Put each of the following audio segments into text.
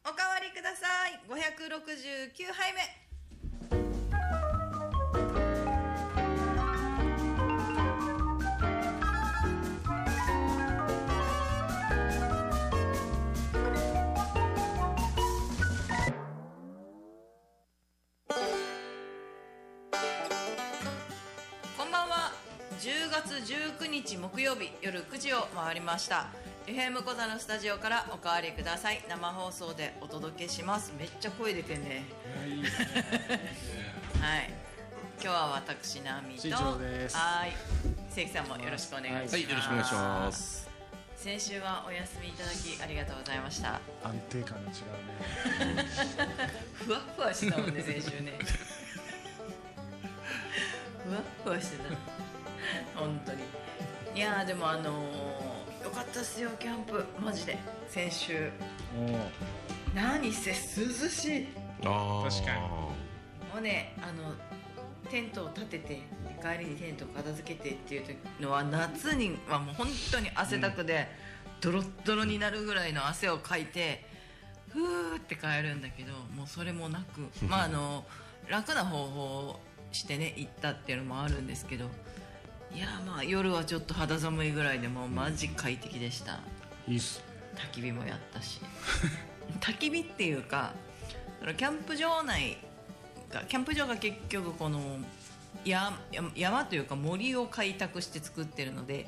おかわりください。569杯目。こんばんは。10月19日木曜日夜9時を回りました。FM 小座のスタジオからおかわりください。生放送でお届けします。めっちゃ声出てんね。 いいですね。 はい。今日は私ナミと新庄です。 はい。関さんもよろしくお願いします。 はい、よろしくお願いします。 先週はお休みいただきありがとうございました。 安定感が違うね。 ふわふわしたもんね先週ね。ふわふわしてた。本当に。いやーでもよかったっすよキャンプマジで先週。何せ涼しい。 あ、 確かに。 もうねテントを立てて帰りにテントを片付けてっていうのは夏にはもう本当に汗だくでドロッドロになるぐらいの汗をかいてふーって帰るんだけど、もうそれもなくまあ楽な方法をしてね行ったっていうのもあるんですけど、いやまあ夜はちょっと肌寒いぐらいでもうマジ快適でした。 いいっす。 焚き火もやったし焚き火っていうかキャンプ場内がキャンプ場が結局この山というか森を開拓して作ってるので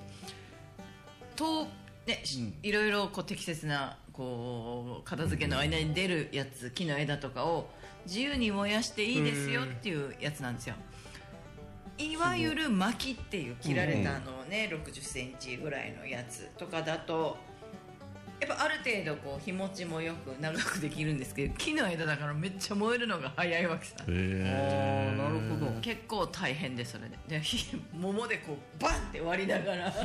ね、いろいろこう適切なこう片付けの間に出るやつ、木の枝とかを自由に燃やしていいですよっていうやつなんですよ。いわゆる薪っていう切られた60センチぐらいのやつとかだとやっぱある程度こう日持ちもよく長くできるんですけど、木の枝だからめっちゃ燃えるのが早いわけさ。 なるほど。 結構大変で、それで桃でこうバンって割りながら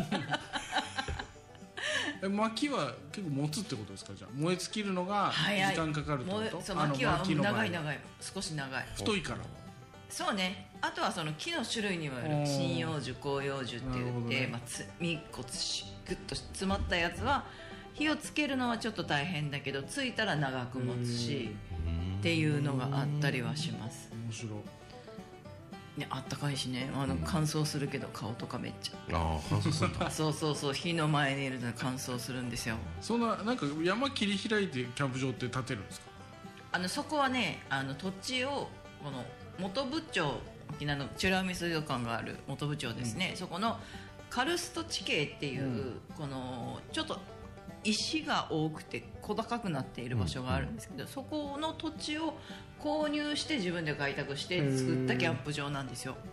薪は結構持つってことですか？じゃあ燃え尽きるのが時間かかるってこと？ そう、薪は長い少し長い、 太いから。 そうね。あとはその木の種類にもよる。針葉樹、広葉樹って言って、みっこグッと詰まったやつは火をつけるのはちょっと大変だけどついたら長く持つしっていうのがあったりはします。 面白いね、あったかいしね、乾燥するけど顔とかめっちゃ乾燥するんだ。 そう火の前にいると乾燥するんですよ。 そんななんか山切り開いてキャンプ場って建てるんですか？ そこはね土地をこの元部町、沖縄の美ら海水族館がある元部町ですね、そこのカルスト地形っていう、このちょっと石が多くて小高くなっている場所があるんですけど、そこの土地を購入して自分で開拓して作ったキャンプ場なんですよ。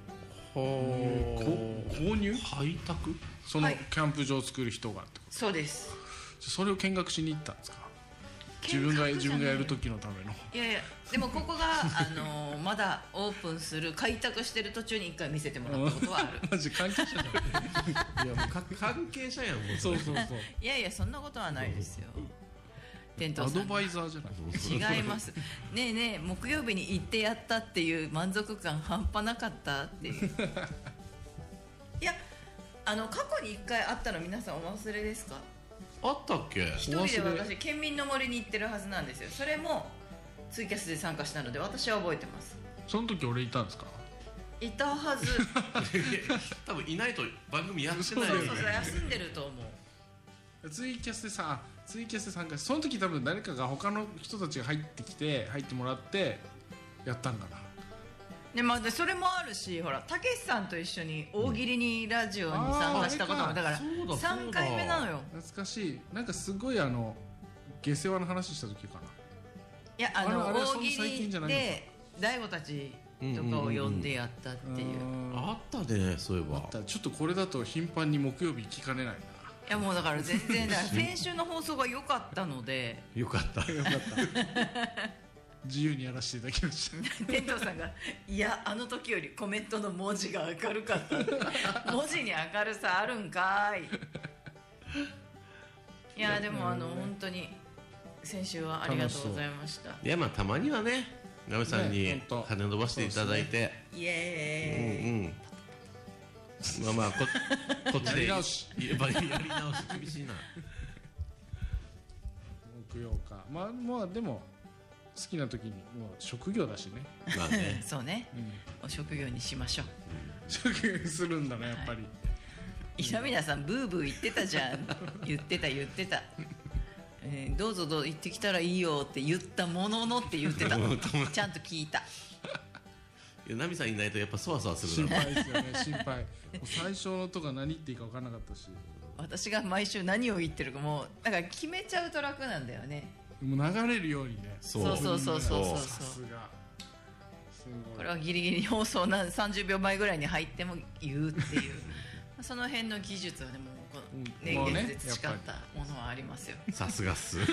購入？ 開拓？ そのキャンプ場を作る人がってこと？ そうです。 それを見学しに行ったんですか？自分がやる時のための。 いやでもここがまだオープンする開拓してる途中に一回見せてもらったことはある。 マジ関係者じゃん。 いやもう関係者やんもう。 そういやそんなことはないですよ。店頭さんアドバイザーじゃない。 違います。ねえ木曜日に行ってやったっていう満足感半端なかったっていう。いや過去に一回あったの皆さんお忘れですか？ あったっけ？ 一人で私県民の森に行ってるはずなんですよ。それもツイキャスで参加したので私は覚えてます。 その時俺いたんですか？ いたはず。 多分いないと番組やってない。 そう休んでると思う。 ツイキャスで参加して、その時多分誰かが他の人たちが入ってもらってやったんだな。 でそれもあるし、ほらたけしさんと一緒に大喜利にラジオに参加したこともだから3回目なのよ。 懐かしい。なんかすごい下世話の話した時かな。 いや大喜利で大悟たちとかを呼んでやったっていう、 あったね。そういえばちょっとこれだと頻繁に木曜日聞かねないな。 いやもうだから全然先週の放送が良かったのでよかった自由にやらせていただきました。 店長さんがいや時よりコメントの文字が明るかった文字に明るさあるんかい。いやでも本当に先週はありがとうございました。 いやたまにはねナミさんに羽伸ばしていただいて、 イエーイ。 こっちでやり直し厳しいな。 食用か、まあでも好きな時にもう職業だしね、 まあねそうね、お職業にしましょう。 職業にするんだねやっぱり、 稲宮さんブーブー言ってたじゃん言ってた、どうぞどうぞ行ってきたらいいよって言ったもののって言ってたちゃんと聞いた。 いやナミさんいないとやっぱそわそわす心るな配ですよね心配。もう最初のとか何言っていいか分からなかったし、 私が毎週何を言ってるかもうだから決めちゃうと楽なんだよね。 もう流れるようにね。 そうそうさすが。 すごい。 これはギリギリ放送30秒前ぐらいに入っても言うっていうその辺の技術はね、もうこの年月で培ったものはありますよ。 さすがっす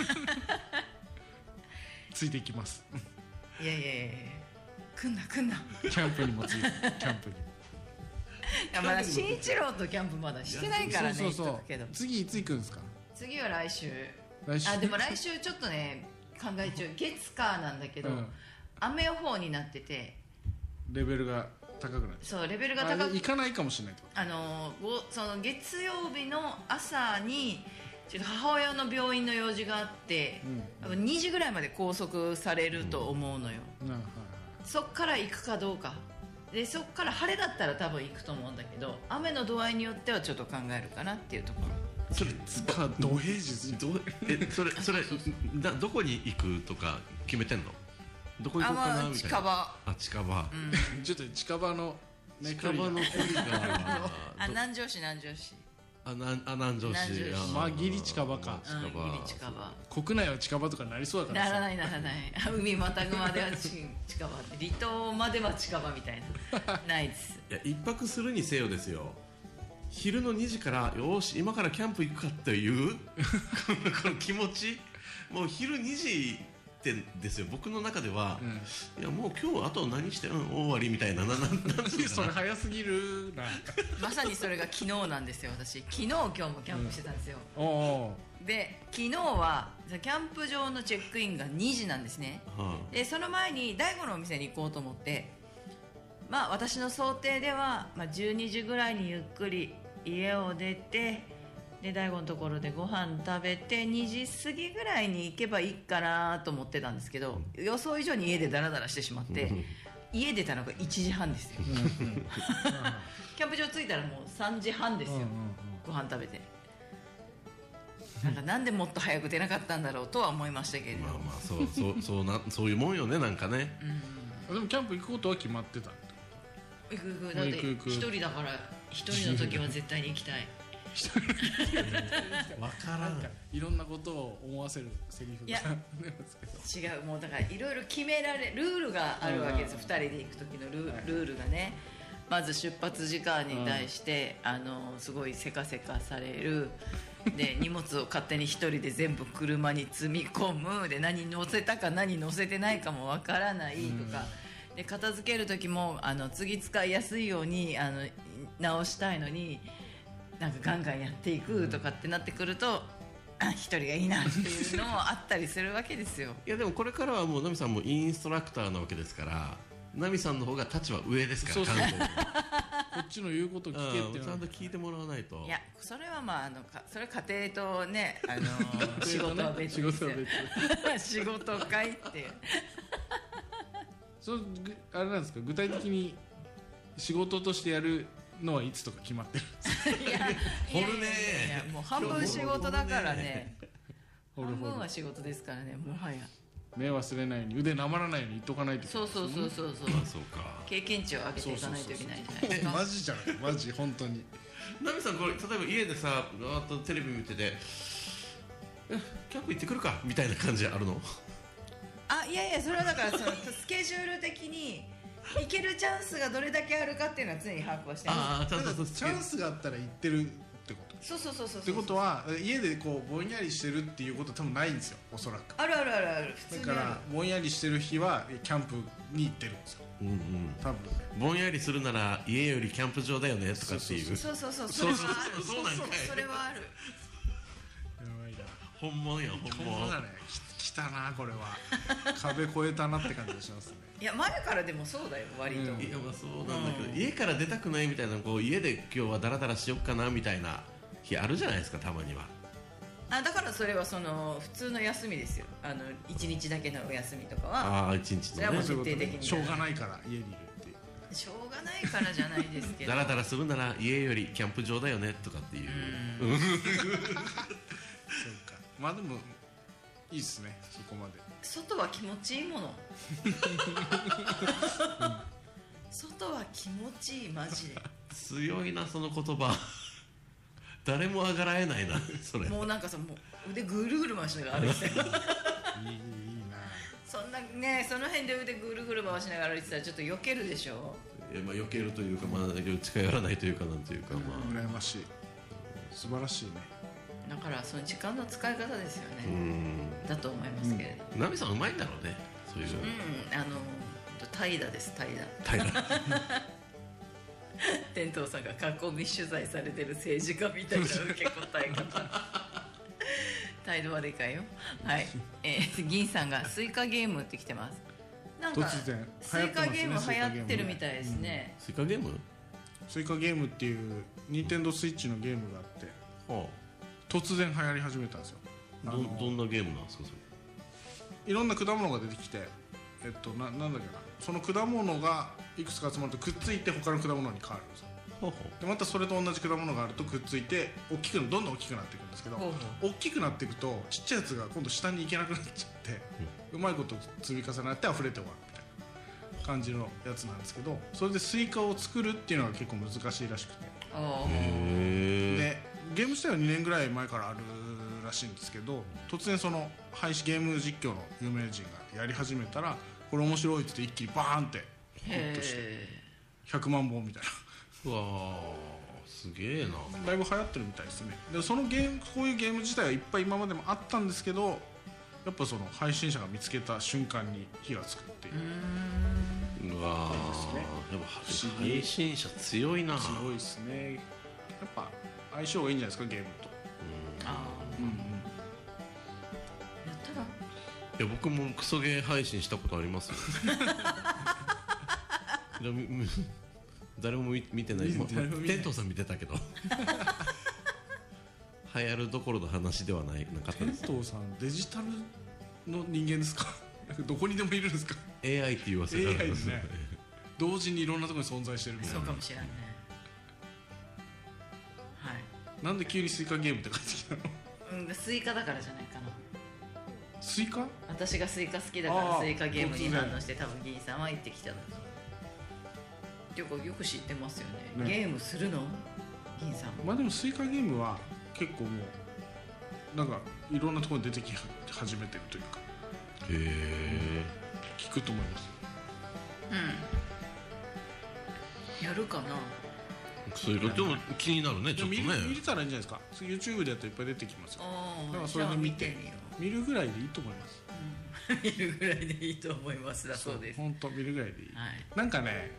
ついていきます。 いや来んなキャンプにもついて、キャンプに。 いやまだ慎一郎とキャンプまだしてないからね。 そう言っとくけど次いつ行くんですか？ 次は来週。 来週。 でも来週ちょっとね考え中、月火なんだけど、雨予報になっててレベルが高くなって、 そうレベルが高く、 行かないかもしれないってこその月曜日の朝にちょっと母親の病院の用事があって、2時ぐらいまで拘束されると思うのよ、そっから行くかどうかで、そっから晴れだったら多分行くと思うんだけど、雨の度合いによってはちょっと考えるかなっていうところ。 それ土平日それどこに行くとか決めてんの？どこ行こうかなみたいな。 近場。 近場、 ちょっと近場の近場の距離が南城市南城市まあギリ近場か。 ギリ近場。 国内は近場とかなりそうだからならない海またぐまでは近場って離島までは近場みたいなないです。 いや一泊するにせよですよ、昼の2時からよし今からキャンプ行くかっていうこの気持ち、もう昼2時ってですよ僕の中では、いやもう今日あと何して終わりみたいなそれ早すぎるなまさにそれが昨日なんですよ。私昨日今日もキャンプしてたんですよ、で昨日はキャンプ場のチェックインが2時なんですね、でその前に大悟のお店に行こうと思って、まあ私の想定では、12時ぐらいにゆっくり家を出て、で大悟のところでご飯食べて2時過ぎぐらいに行けばいいかなと思ってたんですけど、予想以上に家でダラダラしてしまって家出たのが1時半ですよキャンプ場着いたらもう3時半ですよ、ご飯食べて。なんでもっと早く出なかったんだろうとは思いましたけれど、 そういうもんよね、なんかね、 でもキャンプ行くことは決まってた。 行くだって一人だから、一人の時は絶対に行きたい分からん、 いろんなことを思わせるセリフが違う、もうだからいろいろ決められルールがあるわけですよ。2人で行く時のルールがね、まず出発時間に対してすごいせかせかされるで、荷物を勝手に一人で全部車に積み込むで、何乗せたか何乗せてないかもわからないとか、で片付ける時も次使いやすいように直したいのになんかガンガンやっていくとかってなってくると、一人がいいなっていうのもあったりするわけですよ。 いやでもこれからはもうナミさんもインストラクターなわけですから、ナミさんの方が立場上ですから、 こっちの言うこと聞けってちゃんと聞いてもらわないと。 いやそれはそれは家庭とね仕事は別ですよ仕事会ってあれなんですか、具体的に仕事としてやるのはいつとか決まってるんですか？ いや掘るねいやもう半分仕事だからね、 半分は仕事ですからね、もはや目忘れないように腕なまらないように言っとかないと。 そうそうか、 経験値を上げていかないといけないじゃないですか。 マジじゃない、マジ本当に。 ナミさんこれ例えば家でさテレビ見ててキャンプ行ってくるかみたいな感じあるの？ いやそれはだからスケジュール的に行けるチャンスがどれだけあるかっていうのは常に把握はしてます。 ちゃんとチャンスがあったら行ってるってこと。 そうってことは家でこうぼんやりしてるっていうことは多分ないんですよ、おそらく。 ある普通にだからぼんやりしてる日はキャンプに行ってるんですよ。多分ぼんやりするなら家よりキャンプ場だよねとかっていう。 そうそれはある。それはある。 本物や本物だね。来たなこれは壁越えたなって感じがしますね。 いや前からでもそうだよ割と。 いやそうなんだけど、家から出たくないみたいな、こう家で今日はダラダラしよっかなみたいな日あるじゃないですか、たまには。 だからそれはその普通の休みですよ。1日だけのお休みとかはああ一日それはもうのね徹底的にしょうがないから家にいるっていうしょうがないからじゃないですけどダラダラするなら家よりキャンプ場だよねとかっていうそうかまあでもいいっすねそこまで外は気持ちいいもの外は気持ちいいマジで強いなその言葉誰もあがらえないなそれもうなんかさもう腕ぐるぐる回しながら歩いてたいいなそんなねその辺で腕ぐるぐる回しながら歩いてたらちょっと避けるでしょ。 いやまあ避けるというか、まあ、近寄らないというかなんというか、まあ羨ましい素晴らしいねだからその時間の使い方ですよねだと思いますけれどナミさんうまいんだろうねそういう怠惰です怠惰平ら天童さんが囲み取材されてる政治家みたいな受け答え方態度悪いかよはい、銀さんがスイカゲームって来てます。なんか突然スイカゲーム流行ってるみたいですね。 スイカゲームスイカゲームっていう任天堂スイッチのゲームがあっては突然流行り始めたんですよあどんなゲームなんですかそれいろんな果物が出てきてなんだっけなその果物がいくつか集まるとくっついて他の果物に変わるんですよほうほでまたそれと同じ果物があるとくっついてどんどん大きくなっていくんですけどほう大きくなっていくとちっちゃいやつが今度下に行けなくなっちゃってうまいこと積み重なって溢れて終わるみたいな感じのやつなんですけどそれでスイカを作るっていうのが結構難しいらしくてでゲーム自体は2年ぐらい前からあるらしいんですけど突然そのゲーム実況の有名人がやり始めたらこれ面白いって言って一気にバーンってヒットして100万本みたいなうわーすげえなだいぶ流行ってるみたいですねでこういうゲーム自体はいっぱい今までもあったんですけどやっぱその配信者が見つけた瞬間に火がつくっていううわーやっぱ配信者強いな強いですねやっぱ相性がいいんじゃないですかゲームとやったらいや僕もクソゲー配信したことありますよでも誰も見てない天童さん見てたけど流行るどころの話ではなかったです天童さんデジタルの人間ですかどこにでもいるんですか AI って言わせたら AI ですね同時にいろんなところに存在してるみたいなそうかもしれないね。はいなんで急にスイカゲームって書いてきたのスイカだからじゃないかな。 スイカ私がスイカ好きだからスイカゲームに反応して多分銀さんは言ってきたのっていうかよく知ってますよねゲームするの銀さんまあでもスイカゲームは結構もうなんかいろんなところに出てき始めてるというかへえ聞くと思いますやるかな。 そういうでも気になるねちょっとね見れたらいいんじゃないですか YouTube でやったらいっぱい出てきますよだからそじゃあれで見てみよ見るぐらいでいいと思いますう見るぐらいでいいと思いますだそうです。 本当見るぐらいでいい、 はいなんかね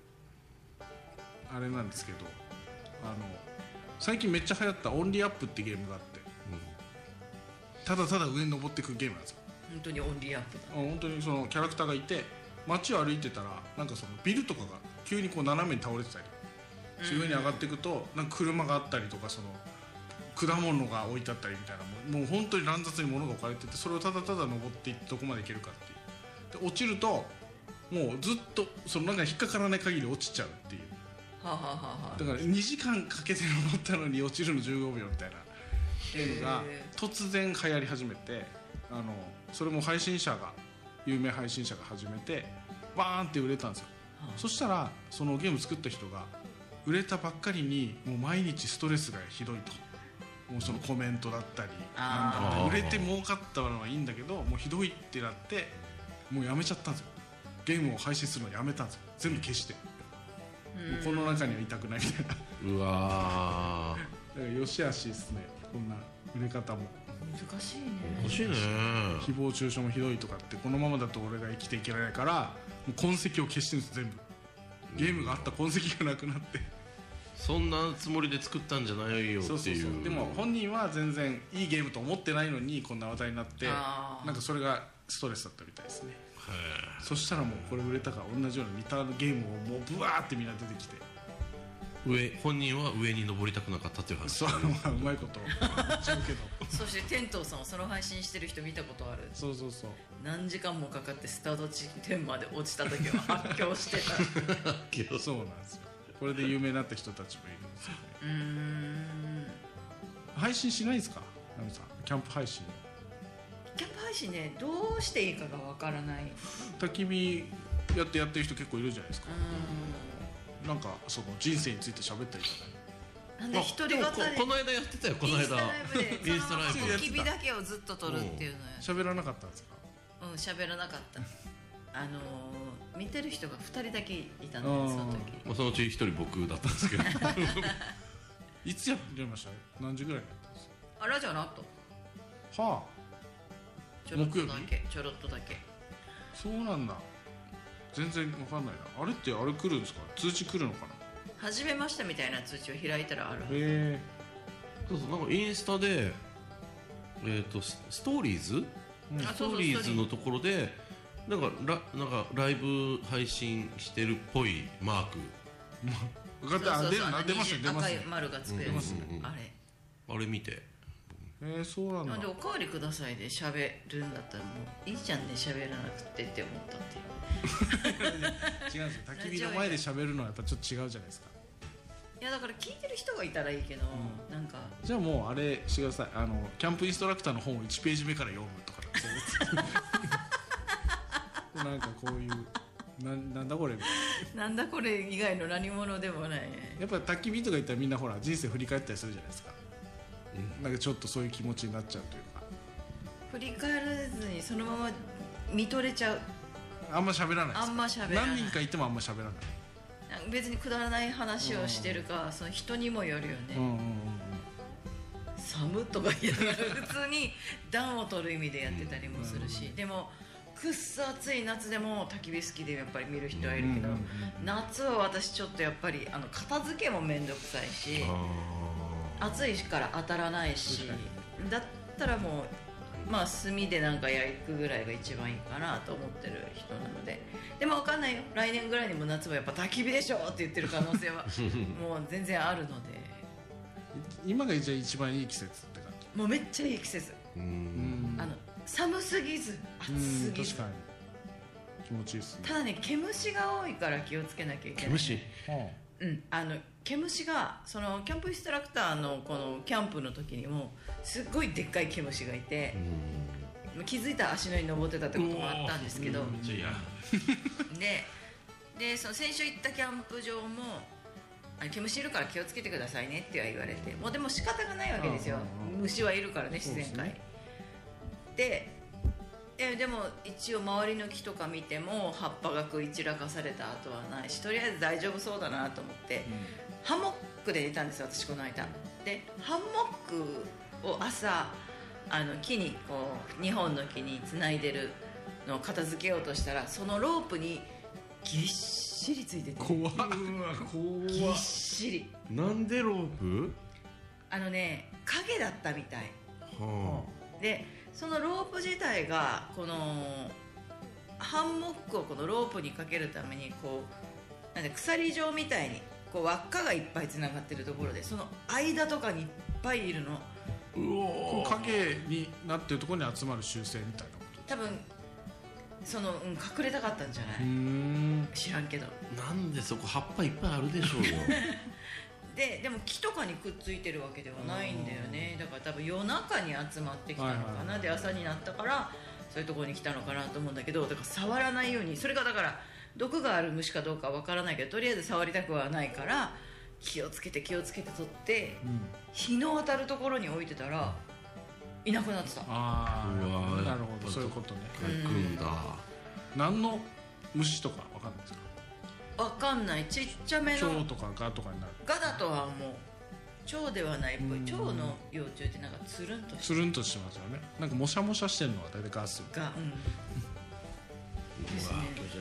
あれなんですけど最近めっちゃ流行ったオンリーアップってゲームがあって、ただただ上に登っていくゲームなんですよ本当にオンリーアップだ。 本当にそのキャラクターがいて街を歩いてたらなんかそのビルとかが急にこう斜めに倒れてたり上に上がっていくとなんか車があったりとかその果物が置いてあったりみたいなもう本当に乱雑に物が置かれててそれをただただ登っていってどこまで行けるかっていうで落ちるともうずっとそのなんか引っかからない限り落ちちゃうっていうはあ、はあはあ、 だから2時間かけて登ったのに落ちるの15秒みたいなっていうのが突然流行り始めてそれも有名配信者が始めてバーンって売れたんですよ、そしたらそのゲーム作った人が売れたばっかりにもう毎日ストレスがひどいともうそのコメントだったりなんだって売れて儲かったのはいいんだけどもうひどいってなってもうやめちゃったんですよゲームを配信するのやめたんですよ全部消してもうこの中にはいたくないみたいなうわだからよしあしですねこんな売れ方も難しいね欲しいね誹謗中傷もひどいとかってこのままだと俺が生きていけられないからもう痕跡を消してるんです全部ゲームがあった痕跡がなくなってそんなつもりで作ったんじゃないよっていう。 そうでも本人は全然いいゲームと思ってないのにこんな話題になってなんかそれがストレスだったみたいですねそしたらもうこれ売れたから同じような似たゲームをもうブワーってみんな出てきて本人は上に登りたくなかったっていう話。 そう、まあうまいこと言っちゃうけどそして天童さんはその配信してる人見たことある。 そうそうそう、 何時間もかかってスタート地点まで落ちた時は発狂してたそうなんですよ。これで有名になった人たちもいるんですよね。配信しないんですか、ナミさん、キャンプ配信。 キャンプ配信ね、どうしていいかがわからない。 焚き火やってる人結構いるじゃないですか。なんかその人生について喋ったりとか。 なんで一人語りこの間やってたよ、この間インスタライブでインスタライブその焚き火だけをずっと撮るっていうのや。 喋らなかったんですか。 喋らなかった見てる人が2人だけいたんで、その時そのうち1人僕だったんですけどいつやってました？何時ぐらいにやったんですか。 ラジオの後、 はちょろっとだけちょろっとだけ。 そうなんだ。全然わかんないな。あれってあれ来るんですか？通知来るのかな。 始めましたみたいな通知を開いたらある。 そうそう、なんかインスタでストーリーズのところでなんかライブ配信してるっぽいマーク分かった。出ますね、出ますね。 赤い丸がつくやつ、あれ見て、 そうなんだ。 なんでおかわりくださいで喋るんだったらもういいじゃんね、喋らなくてって思ったっていう違うんですよ、焚き火の前で喋るのはやっぱちょっと違うじゃないですか。 いやだから聞いてる人がいたらいいけど、なんかじゃあもうあれしてください。キャンプインストラクターの本を1ページ目から読むとかなんかこういうなんだこれみたいな、なんだこれ以外の何者でもない。 やっぱ焚き火とか言ったらみんなほら人生振り返ったりするじゃないですか。なんかちょっとそういう気持ちになっちゃうというか、 振り返らずにそのまま見とれちゃう。 あんま喋らないですか。 あんま喋らない。 何人かいてもあんま喋らない。 別にくだらない話をしてるか、その人にもよるよね。寒とか言いながら普通に暖を取る意味でやってたりもするし、でもくっそ暑い夏でも焚き火好きでやっぱり見る人はいるけど、夏は私ちょっとやっぱり片付けも面倒くさいし、暑いから当たらないし、だったらもうまあ炭でなんか焼くぐらいが一番いいかなと思ってる人なので。でも分かんないよ、来年ぐらいにも夏はやっぱ焚き火でしょって言ってる可能性はもう全然あるので今がじゃあ一番いい季節って感じ。 もうめっちゃいい季節。寒すぎず暑すぎず、 確かに気持ちいいですね。 ただね、毛虫が多いから気をつけなきゃいけない。毛虫、毛虫がそのキャンプインストラクターのこのキャンプの時にもすっごいでっかい毛虫がいて、気づいたら足の上に登ってたってこともあったんですけど、でその先週行ったキャンプ場も毛虫いるから気をつけてくださいねっては言われて、もうでも仕方がないわけですよ、虫はいるからね、自然界でも一応周りの木とか見ても葉っぱが食い散らかされた跡はないし、とりあえず大丈夫そうだなと思って、ハンモックで寝たんですよ、私この間で。ハンモックを朝木にこう2本の木につないでるのを片付けようとしたら、そのロープにぎっしりついてて、 怖っぎっしり。 なんでロープ？ 影だったみたい、でそのロープ自体がこのハンモックをこのロープにかけるためにこうなんで鎖状みたいにこう輪っかがいっぱいつながってるところで、その間とかにいっぱいいるの。 こう影になってるところに集まる習性みたいなこと。 多分その、隠れたかったんじゃない？知らんけど。 なんでそこ葉っぱいっぱいあるでしょうよでも木とかにくっついてるわけではないんだよね。だから多分夜中に集まってきたのかな、で朝になったからそういうところに来たのかなと思うんだけど、だから触らないように、それがだから毒がある虫かどうかわからないけど、とりあえず触りたくはないから気をつけて取って、日の当たるところに置いてたらいなくなってた。 なるほど、そういうことね。何の虫とかわかんないですか？ わかんない。ちっちゃめの蝶とかガとかになる。 ガだとはもう蝶ではないっぽい。蝶の幼虫ってなんかつるんとしてますよね。なんかもしゃもしゃしてるのは大体ガスが、ですね。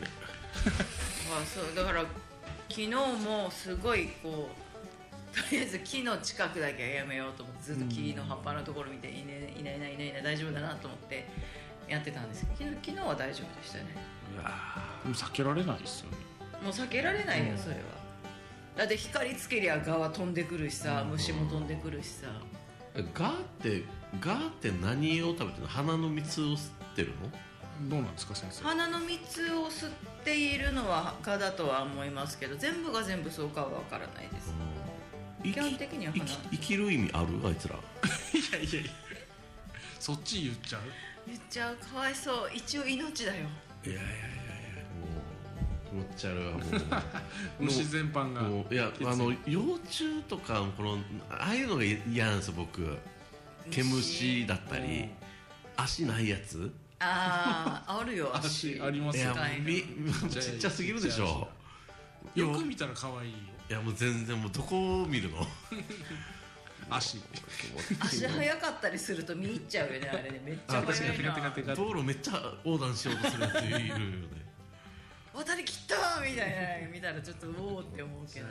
そうだから昨日もすごいこうとりあえず木の近くだけはやめようと思って、ずっと木の葉っぱのところ見て、いない大丈夫だなと思ってやってたんですけど、昨日は大丈夫でしたね。 でも避けられないですよね。 もう避けられないよ、それは。 だって光つけりゃ蛾は飛んでくるしさ、虫も飛んでくるしさ。 ガって何を食べてるの？花の蜜を吸ってるの？ どうなんですか先生。 花の蜜を吸っているのは蛾だとは思いますけど、全部が全部そうかは分からないです。基本的には花。 生きる意味ある？あいつら。 いやいやいや、そっち言っちゃう。 言っちゃう、かわいそう。一応命だよ。 いやいやいやいや、もう気持ち悪いわ。もう虫全般が。 もういや、幼虫とかこのああいうのが嫌なんですよ僕。毛虫だったり、足ないやつ。 あるよ。 足ありますいよ。 やちっちゃすぎるでしょ。 よく見たら可愛いよ。 いやもう全然もうどこを見るの？ 足早かったりすると見入っちゃうよね、あれね。めっちゃ確かに早いな。 道路めっちゃ横断しようとするやついるよね。 渡りきったみたいな見たらちょっとおおって思うけど、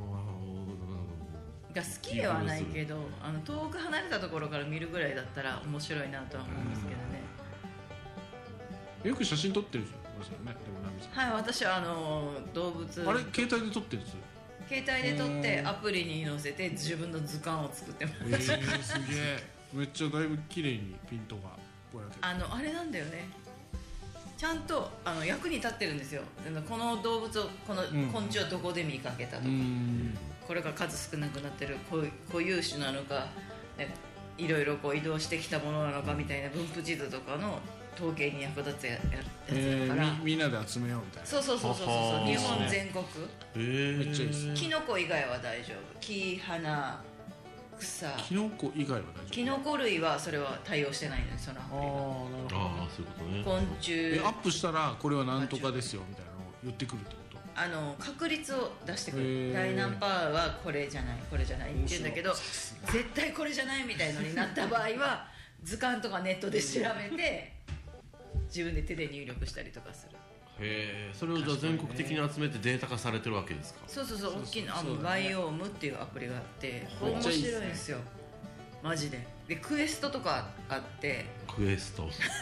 が好きではないけど、遠く離れたところから見るぐらいだったら面白いなとは思うんですけどね。 よく写真撮ってるんですよね。でもナミさん。 はい、私は動物あれ携帯で撮ってるんです。 携帯で撮ってアプリに載せて自分の図鑑を作ってます。 すげえ。めっちゃだいぶ綺麗にピントがぼやけて。 あれなんだよね。ちゃんと役に立ってるんですよ。この動物をこの昆虫をどこで見かけたとか、これが数少なくなってる固有種なのか、ね、いろいろこう移動してきたものなのかみたいな分布地図とかの統計に役立つやつだから、 みんなで集めようみたいな。 そう日本全国、 めっちゃいいです。 キノコ以外は大丈夫。木、花、草、 キノコ以外は大丈夫。 キノコ類はそれは対応してないので、そのアプリは。 ああ、そういうことね。 昆虫アップしたらこれはなんとかですよみたいなのを言ってくるってこと。 確率を出してくる。第何パーはこれじゃないこれじゃないって言うんだけど、絶対これじゃないみたいのになった場合は図鑑とかネットで調べて自分で手で入力したりとかする。 へえ、それをじゃあ全国的に集めてデータ化されてるわけですか？ そう大きなバイオームっていうアプリがあって、面白いんですよマジで。でクエストとかあって、 クエスト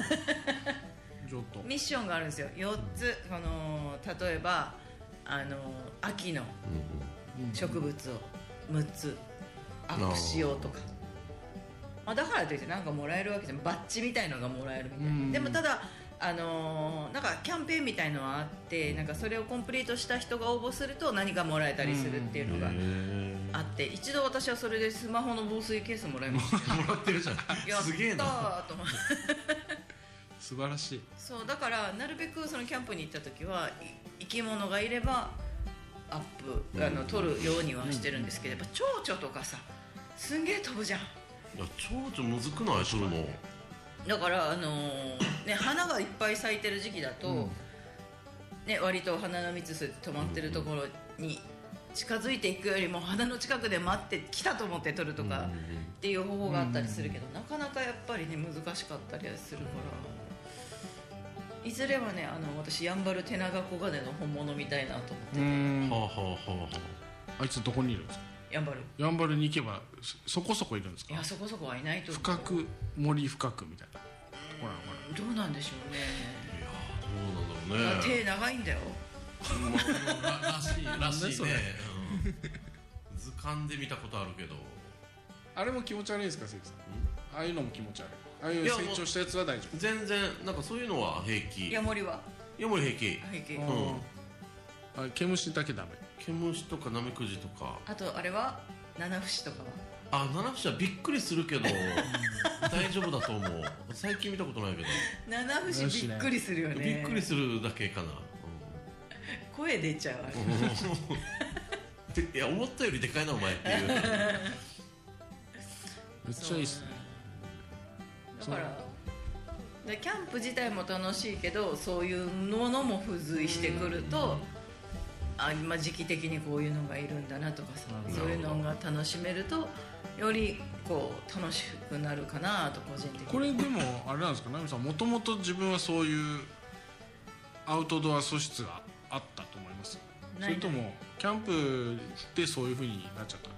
ミッションがあるんですよ。4つ例えば秋の植物を6つアップしようとか、だからといってなんかもらえるわけじゃん。バッジみたいのがもらえるみたいな。でもただなんかキャンペーンみたいのはあって、なんかそれをコンプリートした人が応募すると何かもらえたりするっていうのがあって、一度私はそれでスマホの防水ケースもらいました。 もらってるじゃん。すげえな。 やったーと思って素晴らしい。 そうだからなるべくそのキャンプに行った時は生き物がいればアップ取るようにはしてるんですけど、やっぱ蝶々とかさすんげえ飛ぶじゃん。 いや蝶々むずくないするの？ だから花がいっぱい咲いてる時期だと、割と花の蜜吸って止まってるところに近づいていくよりも花の近くで待って来たと思って取るとかっていう方法があったりするけど、なかなかやっぱりね難しかったりするから、いずれはね私やんばるテナガコガネの本物みたいなと思ってて。 あいつどこにいるんですか？ やんばる。 やんばるに行けばそこそこいるんですか？ いやそこそこはいないと思う。 深く森深くみたいなところなのかな。 どうなんでしょうね。 いやどうなんだろうね。 手長いんだよ。 らしいね。図鑑で見たことあるけど。 あれも気持ち悪いですか関さん？ああいうのも気持ち悪い。ああいう成長したやつは大丈夫？ 全然なんかそういうのは平気。 ヤモリは？ ヤモリ平気。 平気。 毛虫だけダメ。 毛虫とかナメクジとか。 あとあれは七節とかは？七節はびっくりするけど大丈夫だと思う。最近見たことないけど。 七節びっくりするよね。 びっくりするだけかな。 声出ちゃう。 いや思ったよりでかいなお前っていう。 めっちゃいいっすね。 だからキャンプ自体も楽しいけど、そういうものも付随してくると、時期的にこういうのがいるんだなとかさ、そういうのが楽しめるとよりこう楽しくなるかなと個人的に。 これでもあれなんですか、ナミさんもともと自分はそういうアウトドア素質があったと思います？それともキャンプでそういう風になっちゃった？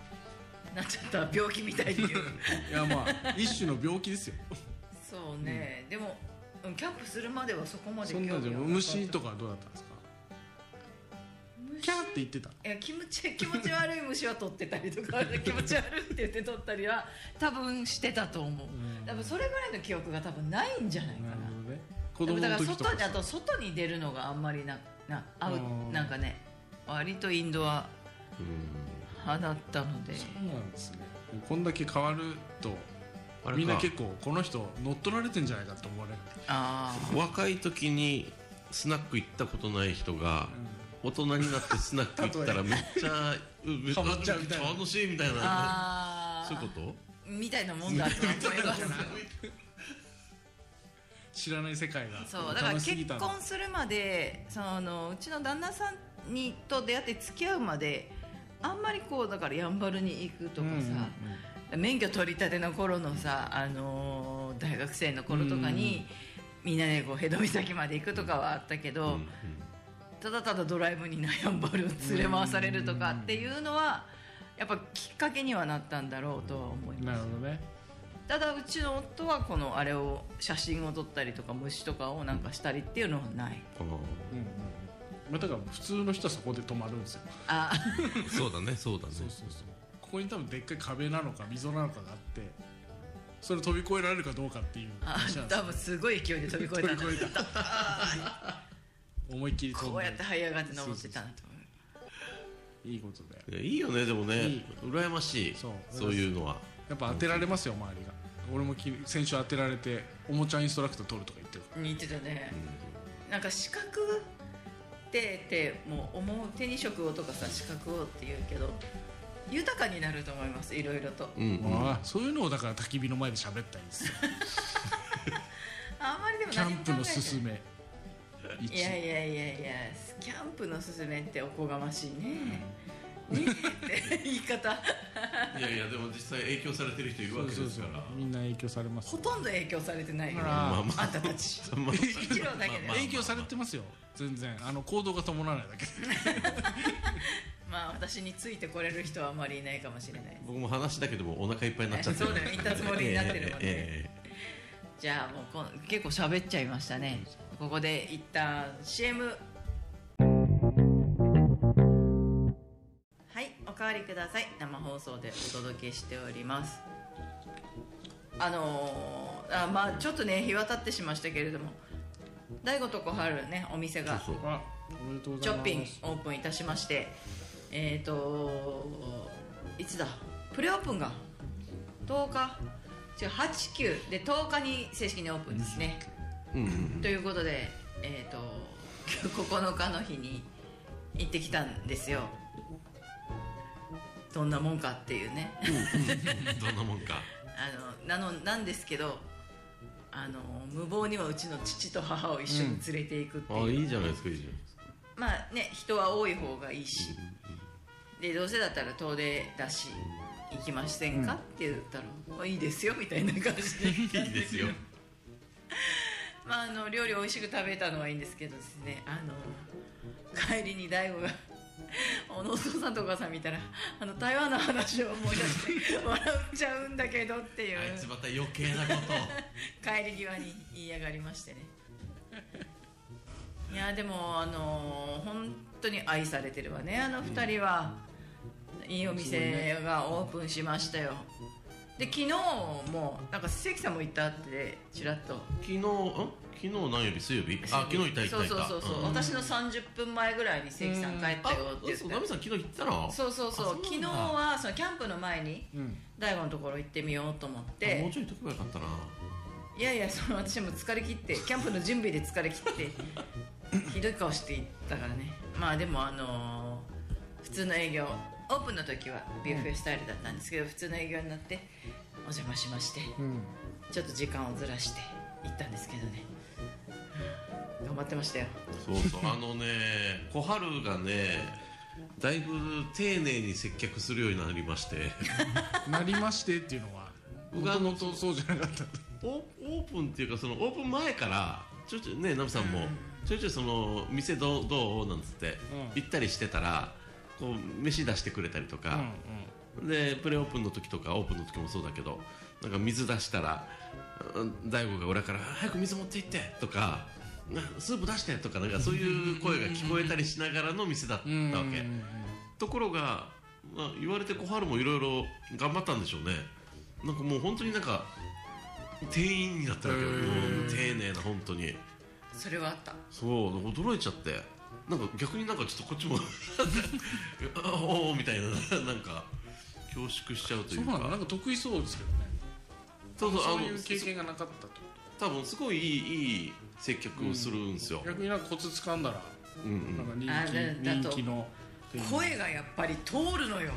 病気みたいに言う。 いや一種の病気ですよ。 そうね、でもキャンプするまではそこまでそんなんでも虫とかどうだったんですか？ キャーって言ってた。 いや気持ち悪い虫は取ってたりとか気持ち悪いって言って取ったりは多分してたと思う。多分それぐらいの記憶が多分ないんじゃないかな。 なるほどね。子供だからの時とかあと外に出るのがあんまりなんかね割とインドア派だったので。 そうなんですね。こんだけ変わるとあれかみんな結構この人乗っ取られてんじゃないかと思われる。 若い時にスナック行ったことない人が大人になってスナック行ったらめっちゃハマっちゃうみたいな楽しいみたいな、そういうことみたいなもんだと思います。 知らない世界がそうだから結婚するまでうちの旦那さんと出会って付き合うまであんまりこうだからやんばるに行くとかさ、免許取り立ての頃のさ、大学生の頃とかに、みんなでこう辺戸岬まで行くとかはあったけど、ただただドライブにやんばるを連れ回されるとかっていうのはやっぱきっかけにはなったんだろうとは思います。 なるほどね。 ただうちの夫はこのあれを写真を撮ったりとか虫とかをなんかしたりっていうのはない。 だから普通の人はそこで止まるんですよ。 そうだねそうだね。 そうここに多分でっかい壁なのか溝なのかがあって、それ飛び越えられるかどうかっていう話なんですよ。 多分すごい勢いで飛び越えたんだ。 思いっきり飛んでこうやって這い上がって登ってたんだと思う。 いいことだよ。 いいよねでもね、羨ましい。そういうのはやっぱ当てられますよ周りが。俺も先週当てられておもちゃインストラクター取るとか言ってるから。 言ってたね。なんか資格ってもう手に職をとかさ資格をって言うけど豊かになると思います。いろいろと。 そういうのをだから焚き火の前で喋ったりですよ。 あんまりでもキャンプのすすめ。 いやキャンプのすすめっておこがましいね。って言い方。 いやでも実際影響されてる人いるわけですから。 みんな影響されます。 ほとんど影響されてないよ。 あんたたち。一郎だけで。 影響されてますよ。全然行動が伴わないだけ。 まあ私についてこれる人はあまりいないかもしれない。 僕も話だけでもお腹いっぱいになっちゃって。 そうだよ。言ったつもりになってるもんね。じゃあもう結構喋っちゃいましたね。ここで一旦 CM。はい、おかわりください。生放送でお届けしております。まあちょっとね日は経ってしましたけれども、大悟と小春ねお店がおめでとうごチョッざいます。 ピンオープンいたしまして、いつだプレオープンが10日違う8、9で10日に正式にオープンですね。ということで9日の日に行ってきたんですよ。どんなもんかっていうね。 どんなもんか。 なんですけど無謀にはうちの父と母を一緒に連れていくっていう、 いいじゃないですかいいじゃないですか。 まあね人は多い方がいいし、でどうせだったら遠出だし行きませんかって言ったら、いいですよみたいな感じでいいですよ。 まあ料理美味しく食べたのはいいんですけどですね、帰りに大悟がお父さんとお母さん見たら台湾の話を思い出して笑っちゃうんだけどっていう、 あいつまた余計なこと帰り際に言いやがりましてね。いやでも本当に愛されてるわね2人は。いいお店がオープンしましたよ。で昨日もなんか関さんも行ったってちらっと。 昨日何曜日水曜日？昨日行った。 そう、私の30分前ぐらいに関さん帰ったよって言って。 ナミさん昨日行ったの？ そう昨日はそのキャンプの前に大悟のところ行ってみようと思って。 もうちょい行っとけばよかったな。 いや私も疲れ切ってキャンプの準備で疲れ切ってひどい顔して行ったからね。まあでも普通の営業オープンの時はビュッフェスタイルだったんですけど、普通の営業になってお邪魔しまして、ちょっと時間をずらして行ったんですけどね、頑張ってましたよ。 そう小春がねだいぶ丁寧に接客するようになりましてなりましてっていうのはもともとそうじゃなかった。 オープンっていうかオープン前からちょいちょいねナミさんもちょいちょい店どうなんつって行ったりしてたらこう飯出してくれたりとか、でプレオープンの時とかオープンの時もそうだけど、なんか水出したら大悟が裏から「早く水持って行って」とかスープ出してとかなんかそういう声が聞こえたりしながらの店だったわけ。ところが、言われて小春もいろいろ頑張ったんでしょうね。なんかもう本当になんか店員になったわけよ。丁寧な本当に。 それはあった。 そう驚いちゃって、なんか逆になんかちょっとこっちもおおみたいななんか恐縮しちゃうというか。 そうなんか得意そうですけどね。そういう経験がなかったってこと。 多分すごいいい接客をするんですよ。 逆になんかコツ掴んだら、なんか人気の声がやっぱり通るのよ。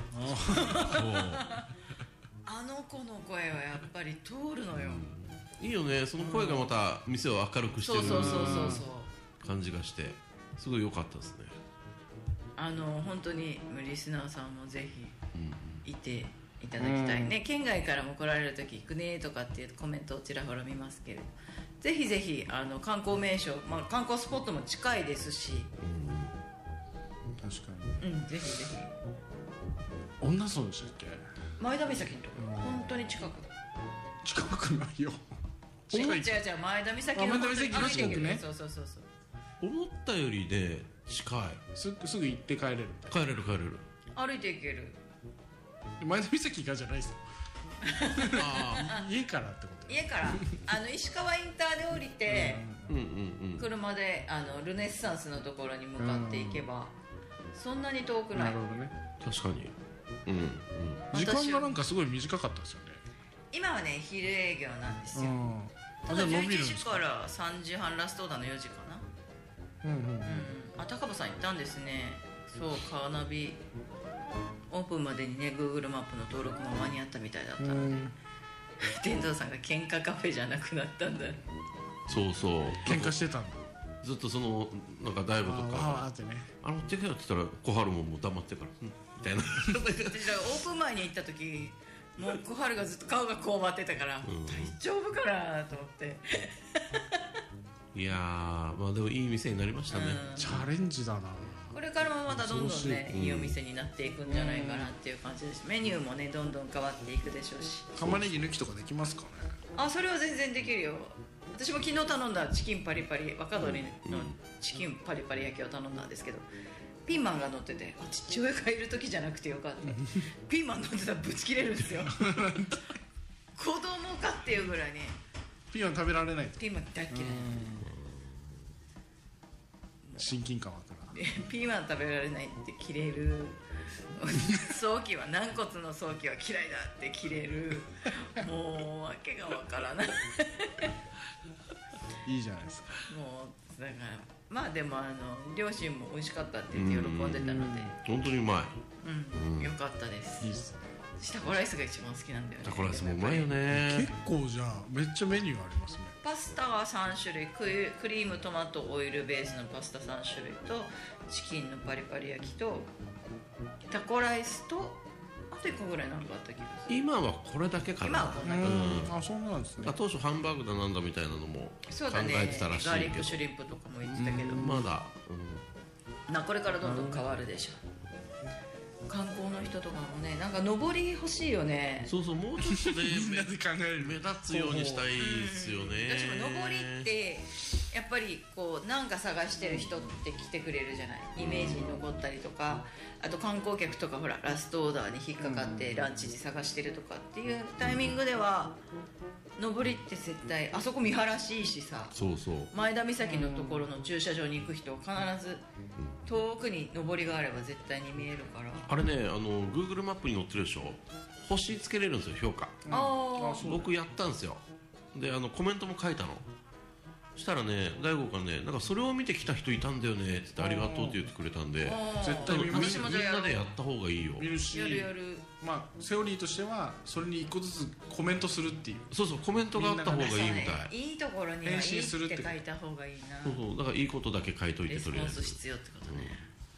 あの子の声はやっぱり通るのよ。 いいよね、その声がまた店を明るくしてる感じがしてすごい良かったですね。 本当にリスナーさんもぜひいていただきたいね。県外からも来られる時行くねとかっていうコメントをちらほら見ますけれど、ぜひぜひ観光名所、観光スポットも近いですし、 確かに、 ぜひぜひ。 女村でしたっけ？ 前田岬のところ、本当に近くだ。 近くないよ。 違う前田岬の近くね。 そう思ったよりね近い。 すぐ行って帰れる。 帰れる歩いて行ける。 前田岬がじゃないですよ。家からってこと？ 家から石川インターで降りて、車でルネッサンスのところに向かっていけばそんなに遠くない。 なるほどね。 確かに。 時間がなんかすごい短かったですよね。 今はね昼営業なんですよ。ただ11時から3時半ラストオーダーの4時かな。高場さん行ったんですね。そう、カーナビオープンまでにね Google マップの登録も間に合ったみたいだったので、天童さんが喧嘩カフェじゃなくなったんだ。 そう喧嘩してたんだ。 ずっとそのなんか大悟とかってね、 持ってけよって言ったら小春ももう黙ってからみたいな。 オープン前に行った時もう小春がずっと顔がこうばってたから、大丈夫かなと思って。 いやー、でもいい店になりましたね。 チャレンジだな。 これからもまたどんどんねいいお店になっていくんじゃないかなっていう感じです。メニューもねどんどん変わっていくでしょうし。 玉ねぎ抜きとかできますかね？ それは全然できるよ。私も昨日頼んだチキンパリパリ若鶏のチキンパリパリ焼きを頼んだんですけど、ピーマンが乗ってて、父親がいる時じゃなくてよかった。ピーマン乗ってたらぶち切れるんですよ。子供かっていうぐらいね。 ピーマン食べられないと。 ピーマン大っ嫌い。 親近感湧くな。 ピーマン食べられないって切れる。早期は軟骨の早期は嫌いだって切れる。もう訳がわからない。 いいじゃないですか。 もうだからでも両親も美味しかったって言って喜んでたので、 本当にうまい。よかったです。 いいですね。 タコライスが一番好きなんだよね。 タコライスもうまいよね。 結構じゃあめっちゃメニューありますね。 パスタは3種類、クリームトマトオイルベースのパスタ3種類とチキンのパリパリ焼きとタコライスとあと1個ぐらいなんかあった気がする。 今はこれだけかな。 今はこんだけ。 そうなんですね。 当初ハンバーグだなんだみたいなのも考えてたらしいけど、 ガーリックシュリンプとかも言ってたけど、 まだ、 これからどんどん変わるでしょう。観光の人とかもね、なんか上り欲しいよね。 そうもうちょっとねみんなで考える目立つようにしたいですよね。 私も上りってやっぱりなんか探してる人って来てくれるじゃない。イメージに残ったりとか、あと観光客とかほらラストオーダーに引っかかってランチ時探してるとかっていうタイミングでは上りって絶対あそこ見晴らしいしさ。前田岬のところの駐車場に行く人は必ず遠くに上りがあれば絶対に見えるから。 あれね、Google マップに載ってるでしょ。星つけれるんですよ、評価。僕やったんですよ。でコメントも書いたの。したらね、大悟がね、なんかそれを見てきた人いたんだよねって言ってありがとうって言ってくれたんで、 絶対みんな私もじゃあやろう。 でやった方がいいよ。 見るし、 やるセオリーとしてはそれに一個ずつコメントするっていう。 コメントがあった方がいいみたい。 いいところにはいいって書いた方がいいな。 だからいいことだけ書いといて、 レスポンス必要ってことね。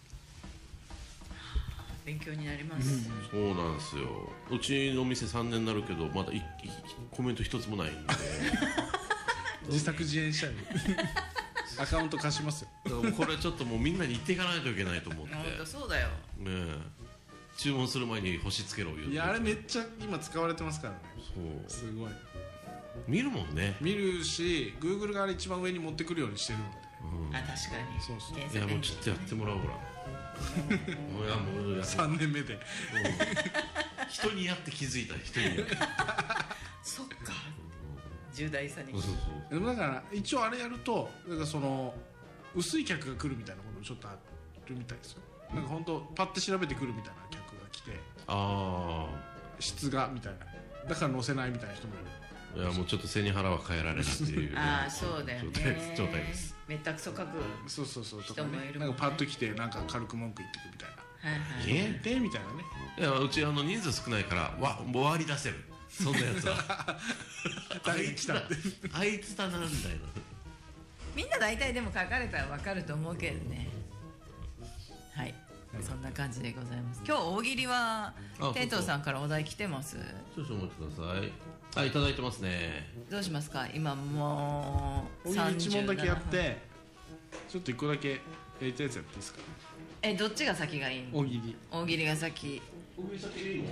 勉強になります。 そうなんですよ。うちの店3年になるけどまだコメント一つもないんで。 自作自演したい。アカウント貸しますよ。 だからこれちょっともうみんなに言っていかないといけないと思って。 本当そうだよ。 ねえ、注文する前に星つけろ言うて。 いやあれめっちゃ今使われてますからね。 そう。 すごい。 見るもんね。 見るし Google があれ一番上に持ってくるようにしてるので、 あ、確かに。 そうそういやもうちょっとやってもらおうほら。もうやもうや 3年目で人にやって気づいた人にやって。 そっか、重大さに。 そうそうでもだから一応あれやるとなんかその薄い客が来るみたいなこともちょっとあるみたいですよ。なんか本当パッて調べてくるみたいな客が来て、 あ質がみたいな、だから載せないみたいな人もいる。 あ、いやもうちょっと背に腹は変えられるっていうああ、そうだよね。 状態です。 めったくそ書く。 そうそうそうとか人もいるもんね。 なんかパッと来てなんか軽く文句言ってくみたいな、 はいはい。 でみたいなね。 いやうち人数少ないからもう割り出せる、そんなやつは。 誰が来たってあいつだなみたいな。 みんな大体でも書かれたら分かると思うけどね。はい、そんな感じでございます。今日大喜利は天童さんからお題来てます。 少々お待ちください。あ、いただいてますね。 どうしますか。今もう大喜利1問だけやっ 37分。 てちょっと1個だけやりたいやつやっていいですか。 どっちが先がいい。 大喜利。 大喜利が先。 大喜利先でいいの？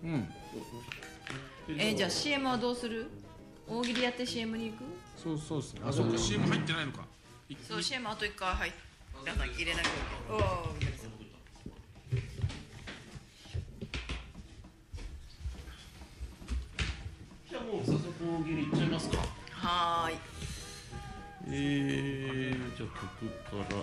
うん。 じゃあ CM はどうする。大喜利やって CM に行く。 そうですね。あ、そうか CM 入ってないのか。 そう、 CM あと1回入らな入れなきゃいけない。おお、 じゃあもう早速大喜利いっちゃいますか。 はーい。 じゃあ曲から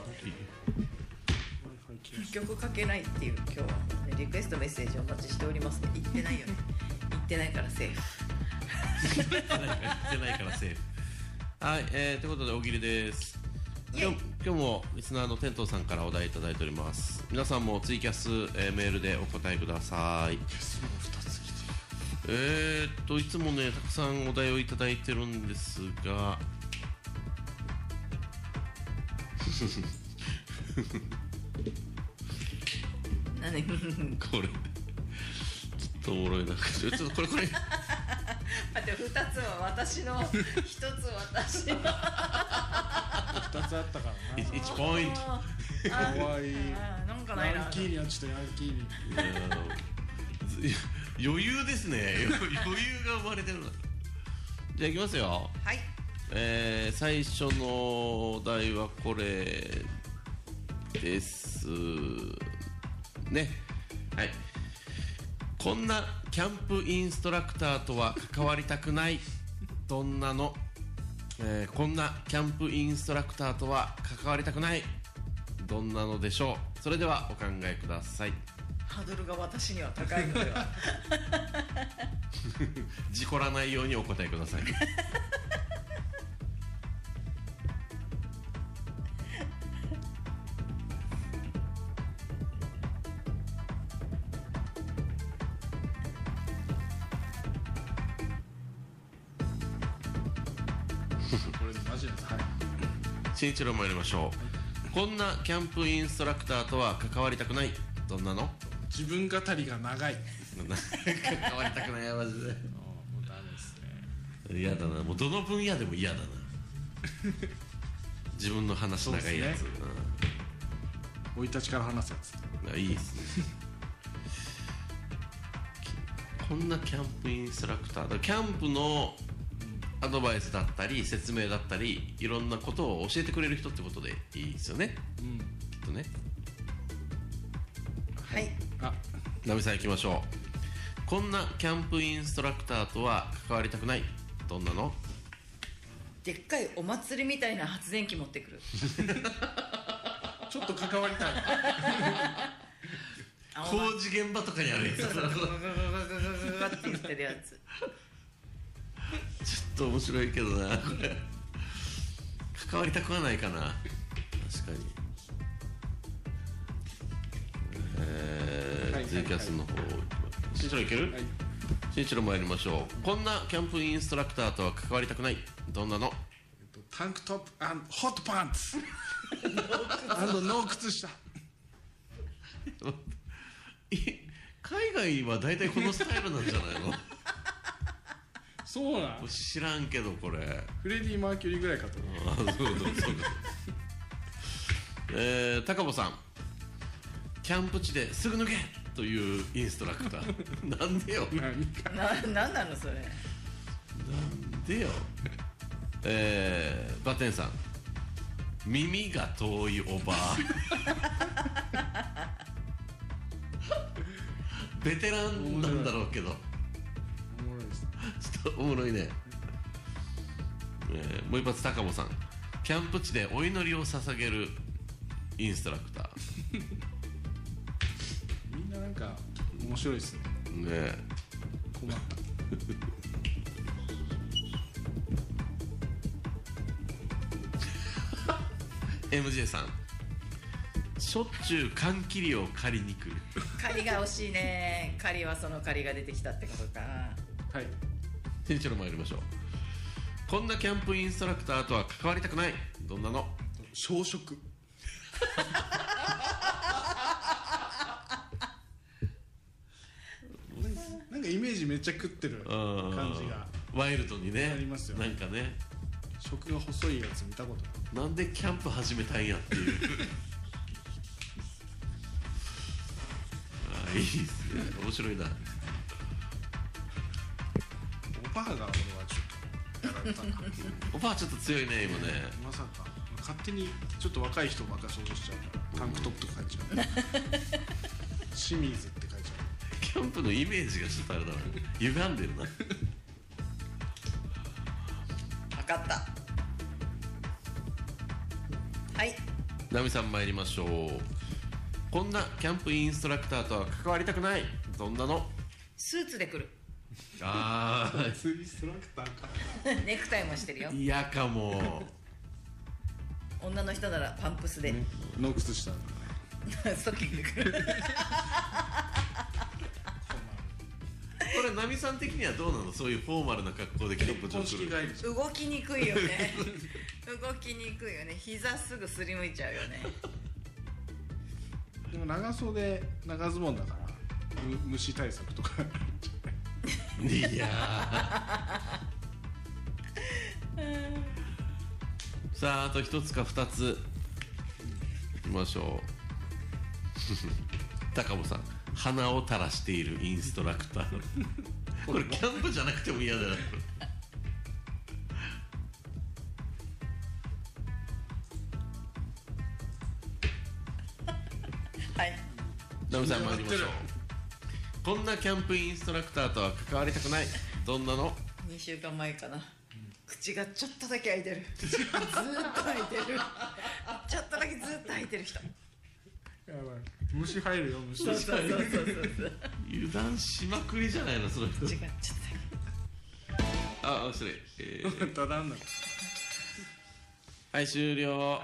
曲かけないっていう今日は、ね、リクエストメッセージお待ちしておりますね。言ってないよね。言ってないからセーフ。 言ってないからセーフ。はい、ということで大喜利です。今日もリスナーの天童さんからお題いただいております。皆さんもツイキャス、メールでお答えください。いつもねたくさんお題をいただいてるんですが何これちょっとおもろいな。ちょっとこれ待って、2つは私の1つ私の 2つあったからな。 1ポイント。 かわいい。 なんかないな。 ヤンキーにはちょっとヤンキーに余裕ですね。余裕が生まれてるな。じゃあいきますよ。 はい。 最初のお題はこれですね。はい。こんなキャンプインストラクターとは関わりたくない。どんなの、こんなキャンプインストラクターとは関わりたくない。どんなのでしょう。それではお考えください。 ハードルが私には高いのでは。 事故らないようにお答えください。 これマジです。はい。 新一郎参りましょう。こんなキャンプインストラクターとは関わりたくない。どんなの？ 自分語りが長い。 関わりたくないやマジで。 もうダメですね。 嫌だな。もうどの分野でも嫌だな。自分の話長いやつ。 生い立ちから話すやつ。 いいですね。こんなキャンプインストラクターだ。キャンプのアドバイスだったり説明だったりいろんなことを教えてくれる人ってことでいいですよね。きっとね。 はい。 ナミさん行きましょう。こんなキャンプインストラクターとは関わりたくない。どんなの？ でっかいお祭りみたいな発電機持ってくる。 ちょっと関わりたい。 工事現場とかにあるやつ。 そうそう、ガガガガガガガガって言ってるやつ。 ちょっと面白いけどなこれ。関わりたくはないかな。確かに。ツイキャスの方新一郎いける？新一郎参りましょう。こんなキャンプインストラクターとは関わりたくない。どんなの？ タンクトップ&ホットパンツノー靴下。 海外は大体このスタイルなんじゃないの？ そうなん。 知らんけどこれフレディ・マーキュリーぐらいかと。 そう高保さん、キャンプ地ですぐ脱げというインストラクター。なんでよ。 なんなのそれ。 なんでよバテンさん、耳が遠いおばあベテランなんだろうけどおもろいですね。 ちょっとおもろいね。もう一発高尾さん、キャンプ地でお祈りを捧げるインストラクタみんななんか面白いですね。 ーね。 困った。 MJ さん、しょっちゅう缶切りを借りに来る。 狩りが惜しいね。狩りはその狩りが出てきたってことか。 はい。 店長の参りましょう。こんなキャンプインストラクターとは関わりたくない。どんなの？ 小食。なんかイメージめっちゃ食ってる感じがワイルドにねありますよね。 なんかね、 食が細いやつ見たことない。 なんでキャンプ始めたんやっていういいっすね、面白いな。 オパーが俺はちょっとやられたなおばあちょっと強いね今ね。 まさか勝手にちょっと若い人ばっか想像しちゃうからタンクトップとか書いちゃう清水って書いちゃキャンプのイメージがちょっとあれだな、歪んでるな。 分かった。はい。 ナミさん参りましょう。こんなキャンプインストラクターとは関わりたくない。どんなの？ スーツで来る。 あう。インストラクターか。 ネクタイもしてるよ。 嫌かも。 女の人ならパンプスで、 の靴下だね。 ストッキングで来る。 これナミさん的にはどうなの？そういうフォーマルな格好でキャンプ場公式来る。 帰りじゃん。 動きにくいよね。動きにくいよね。膝すぐすりむいちゃうよね。 でも長袖長ズボンだから虫対策とかいやさあ、あと一つか二ついきましょう。高尾さん、鼻を垂らしているインストラクター。これキャンプじゃなくても嫌だな。 はい。 ナミさん参りましょう。こんなキャンプインストラクターとは関わりたくない。どんなの 2週間前かな。口がちょっとだけ開いてる。ずーっと開いてる。ちょっとだけずっと開いてる人。 やばい、虫入るよ虫。 そうそうそうそうそう。 油断しまくりじゃないのその人。 口がちょっとだけ。 あ、失礼。 ただんだ。 はい、終了。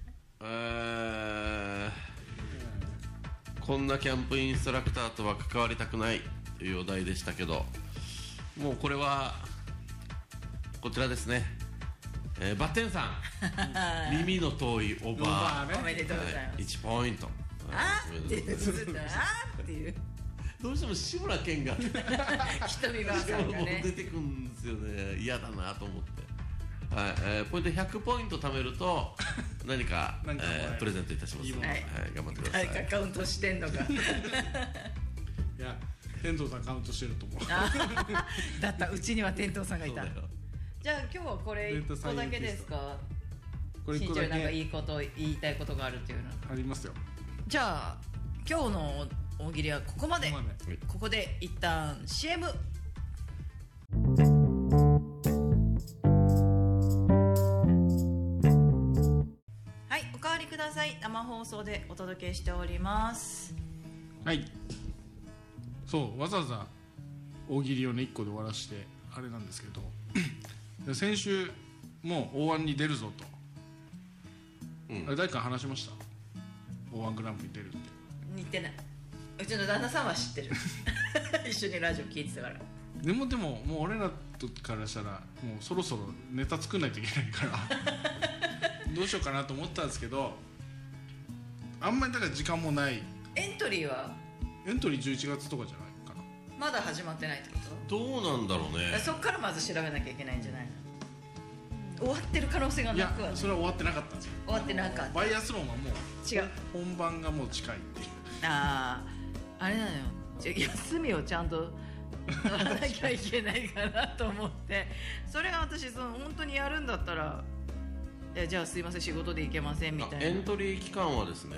こんなキャンプインストラクターとは関わりたくないというお題でしたけど、もうこれはこちらですね。バッテンさん、耳の遠いおばあ、 おめでとうございます。 1ポイント。 あーってずっとあーっていう。 どうしても志村けんがひとみばあさんがね出てくるんですよね。嫌だなと思って。はい、ポイント100ポイント貯めると何かプレゼントいたしますので、 はい頑張ってください。 誰かカウントしてんのか。 いや、天童さんカウントしてると思う。 だった、うちには天童さんがいた。 そうだよ。 じゃあ今日はこれ1個だけですか。 これ1 新個だ庄なんかいけいこと言いたいことがあるっていうの。 ありますよ。 じゃあ今日の大喜利はここまで。 ここまでここで一旦 CM。はい、おかわりください。生放送でお届けしております。 はい。そうわざわざ大喜利をね1個で終わらしてあれなんですけどで先週もう O1 に出るぞと、あれ誰か話しました？ O1 グランプリ出るって。 似てない。うちの旦那さんは知ってる。一緒にラジオ聞いてたから。 でももう俺らとからしたらもうそろそろネタ作んないといけないからどうしようかなと思ったんですけど、あんまりだから時間もない。 エントリーはエントリー11月とかじゃないかな。 まだ始まってないってこと？ どうなんだろうね。 そっからまず調べなきゃいけないんじゃないの？終わってる可能性がいやなくはない。 それは終わってなかったんですよ。 終わってなかった。 バイアスロンはもう違う。 本番がもう近いっていう。 あれなのよ。休みをちゃんと乗らなきゃいけないかなと思って、それが私本当にやるんだったら、じゃあすいません仕事で行けませんみたいな。 エントリー期間はですね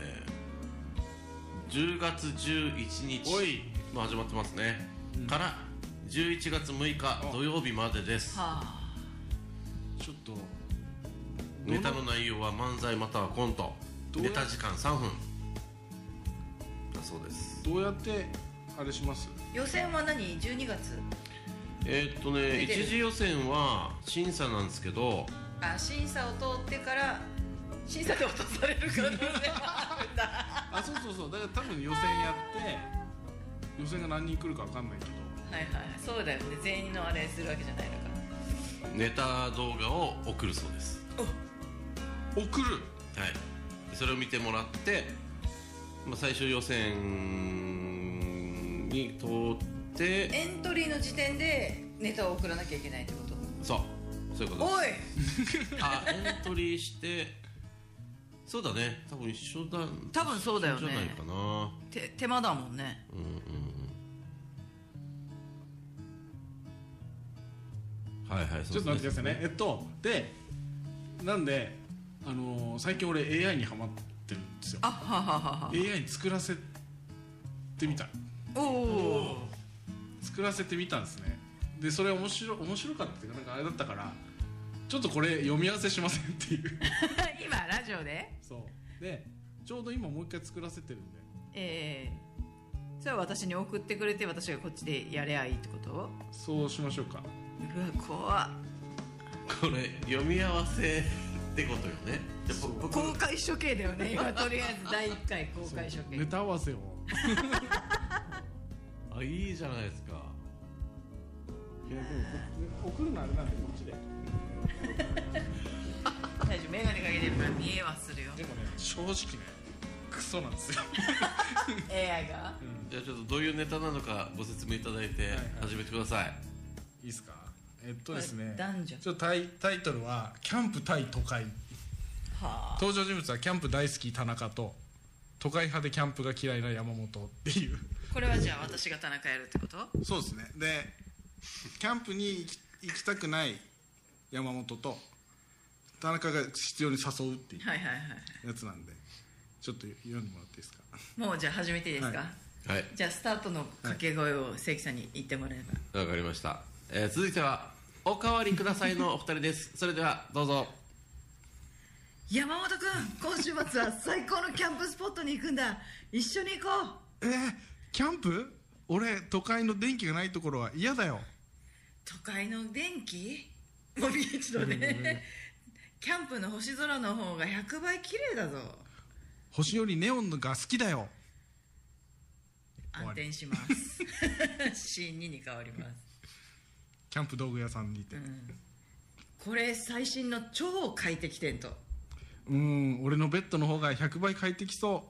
10月11日も始まってますね、から11月6日土曜日までです。 はあ、 ちょっとネタの内容は漫才またはコント、ネタ時間3分だそうです。 どうやってあれします？ 予選は何？12月？ 一次予選は審査なんですけど、 審査を通ってから審査で落とされる可能性もあるんだ。 そうだから多分予選やって予選が何人来るか分かんないけど、 はいはい、そうだよね、全員のあれするわけじゃないのか。 ネタ動画を送るそうです。 送る。 はい、それを見てもらって、最終予選に通ってエントリーの時点でネタを送らなきゃいけないってこと？ そういうことです。 おいエントリーしてそうだね、多分一緒だ。 多分そうだよね。 一緒じゃないかな。 手間だもんね。 はいはい、 ちょっと待ってくださいね。でなんで最近俺 AI にハマってるんですよ。AI に作らせてみた。作らせてみたんですね。でそれ面白かったっていうか、なんかあれだったから、ちょっとこれ読み合わせしませんっていう今ラジオでそうでちょうど今もう一回作らせてるんで、 それは私に送ってくれて、私がこっちでやればいいってこと？ そうしましょうか。 うわ怖っ。 これ読み合わせってことよね。 公開処刑だよね今。とりあえず第1回公開処刑、 ネタ合わせをいいじゃないですか。 いやでも送るのあれなんでこっちで大丈夫、眼鏡かけてるから見えはするよ。 でもね正直ねクソなんですよ AI が、 じゃあちょっとどういうネタなのかご説明いただいて始めてください。 いいですか？ですね、 男女ちょっとタイトルはキャンプ対都会。登場人物はキャンプ大好き田中と都会派でキャンプが嫌いな山本っていう。 これはじゃあ私が田中やるってこと？ そうですね。でキャンプに行きたくない山本と田中が必要に誘うっていうやつなんで、ちょっと読んでもらっていいですか？ もうじゃあ始めていいですか？ はい、 じゃあスタートの掛け声を関さんに言ってもらえば。 わかりました。続いてはおかわりくださいのお二人です。それではどうぞ。 山本君、今週末は最高のキャンプスポットに行くんだ。一緒に行こう。 キャンプ？俺都会の電気がないところは嫌だよ。 都会の電気？もうビーチのねキャンプの星空の方が100倍綺麗だぞ。 星よりネオンのが好きだよ。 暗転しますシーン2に変わります。 キャンプ道具屋さんにいて、 これ最新の超快適テント。 俺のベッドの方が100倍快適そう。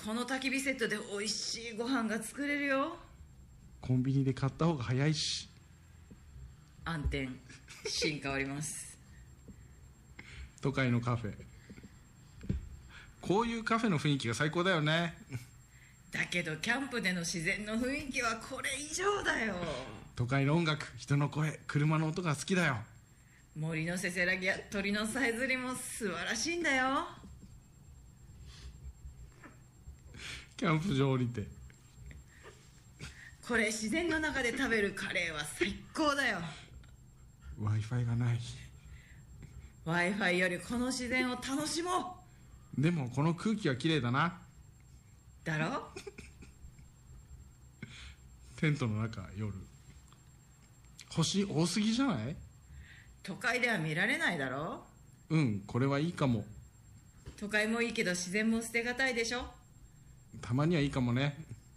この焚き火セットで美味しいご飯が作れるよ。 コンビニで買った方が早いし。 暗転シーン変わります都会のカフェ。こういうカフェの雰囲気が最高だよね。 だけどキャンプでの自然の雰囲気はこれ以上だよ。 都会の音楽、人の声、車の音が好きだよ。 森のせせらぎや鳥のさえずりも素晴らしいんだよ。 キャンプ場降りて、 これ自然の中で食べるカレーは最高だよ。 Wi-Fi がない。 Wi-Fi よりこの自然を楽しもう。でもこの空気は綺麗だな。 だろテントの中、夜星多すぎじゃない？ 都会では見られないだろ。 これはいいかも。 都会もいいけど自然も捨てがたいでしょ。 たまにはいいかもね。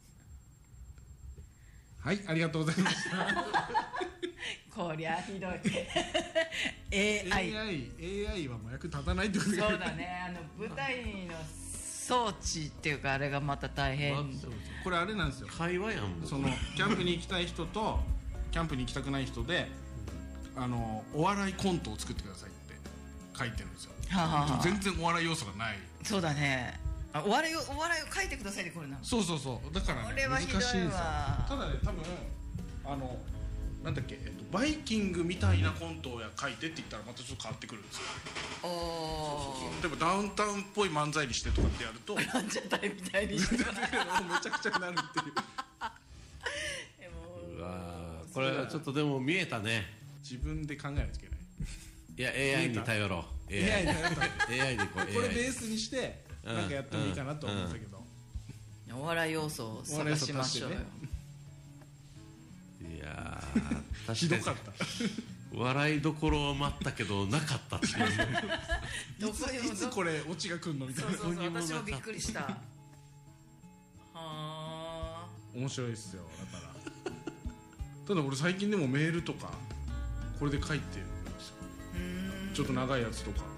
はい、ありがとうございましたこりゃひどい AI はもう役立たないってことだよね。 そうだね、舞台の装置っていうかあれがまた大変。 これあれなんですよ、 会話やん。 そのキャンプに行きたい人とキャンプに行きたくない人でお笑いコントを作ってくださいって書いてるんですよ。全然お笑い要素がない。 そうだね。 お笑いを書いてくださいでこれなの。 そうだから、 こね、 れはひどいわ。 難しいんですよ。ただね多分なんだっけ、バイキングみたいなコントを書いてって言ったらまたちょっと変わってくるんですよ。例えばダウンタウンっぽい漫才にしてとかってやるとランジャタイみたいにしてめちゃくちゃになるっていううわこれはちょっとでも見えたね。 自分で考えないといけない。 いや AI に頼ろう。 AI に頼った AI でこうこれベースにしてなんかやってもいいかなと思ったけど、 お笑い要素を探しましょうよ。 いやひどかった。 笑いどころは待ったけどなかったっていういつこれオチが来んのみたいな。 そう私もびっくりした。はあ面白いっすよ。だからただ俺最近でもメールとかこれで書いてるんですよ。ちょっと長いやつとか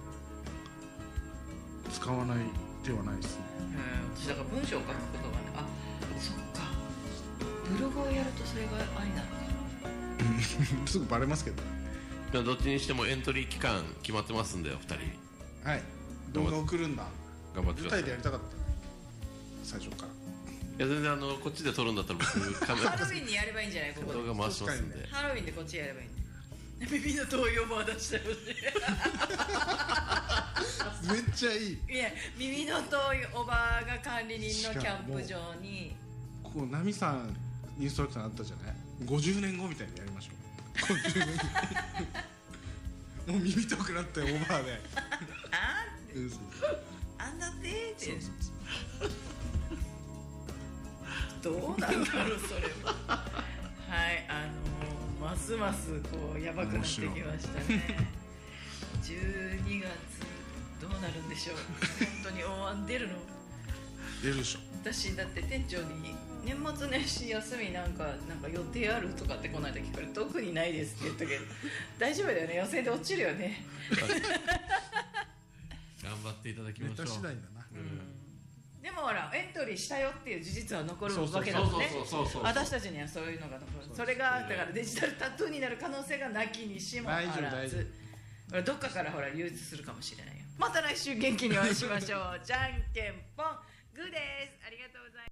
使わない手はないですね。 私だから文章を書くことがね、あ、そっか、ブログをやるとそれがありなのかすぐバレますけど。 どっちにしてもエントリー期間決まってますんでお二人はい、動画送るんだ。 頑張ってください。 舞台でやりたかった最初から。 いや全然こっちで撮るんだったら僕カメラハロウィンにやればいいんじゃない、ここで動画回しますんで、 確ハロウィンでこっちやればいいんだ。耳の遠いおばあ出したよねめっちゃいい。 いや、耳の遠いおばあが管理人のキャンプ場にこうナミさんインストラクターになったじゃない。50年後みたいにやりましょう。50年後もう耳遠くなっておばあであそうあんだってーってそうどうなんだろうそれははい、ますますこうやばくなってきましたね12月どうなるんでしょう本当に大案出るの。 出るでしょ。 私だって店長に年末年始休みなんか予定あるとかってこの間聞かれて特にないですって言ったけど大丈夫だよね、予選で落ちるよね頑張っていただきましょう。 ネタ次第だな。 でもほらエントリーしたよっていう事実は残るわけだもんね。私たちにはそういうのが残る。それがだからデジタルタトゥーになる可能性がなきにしもあらず、どっかからほら流出するかもしれないよ。また来週元気にお会いしましょうじゃんけんぽん。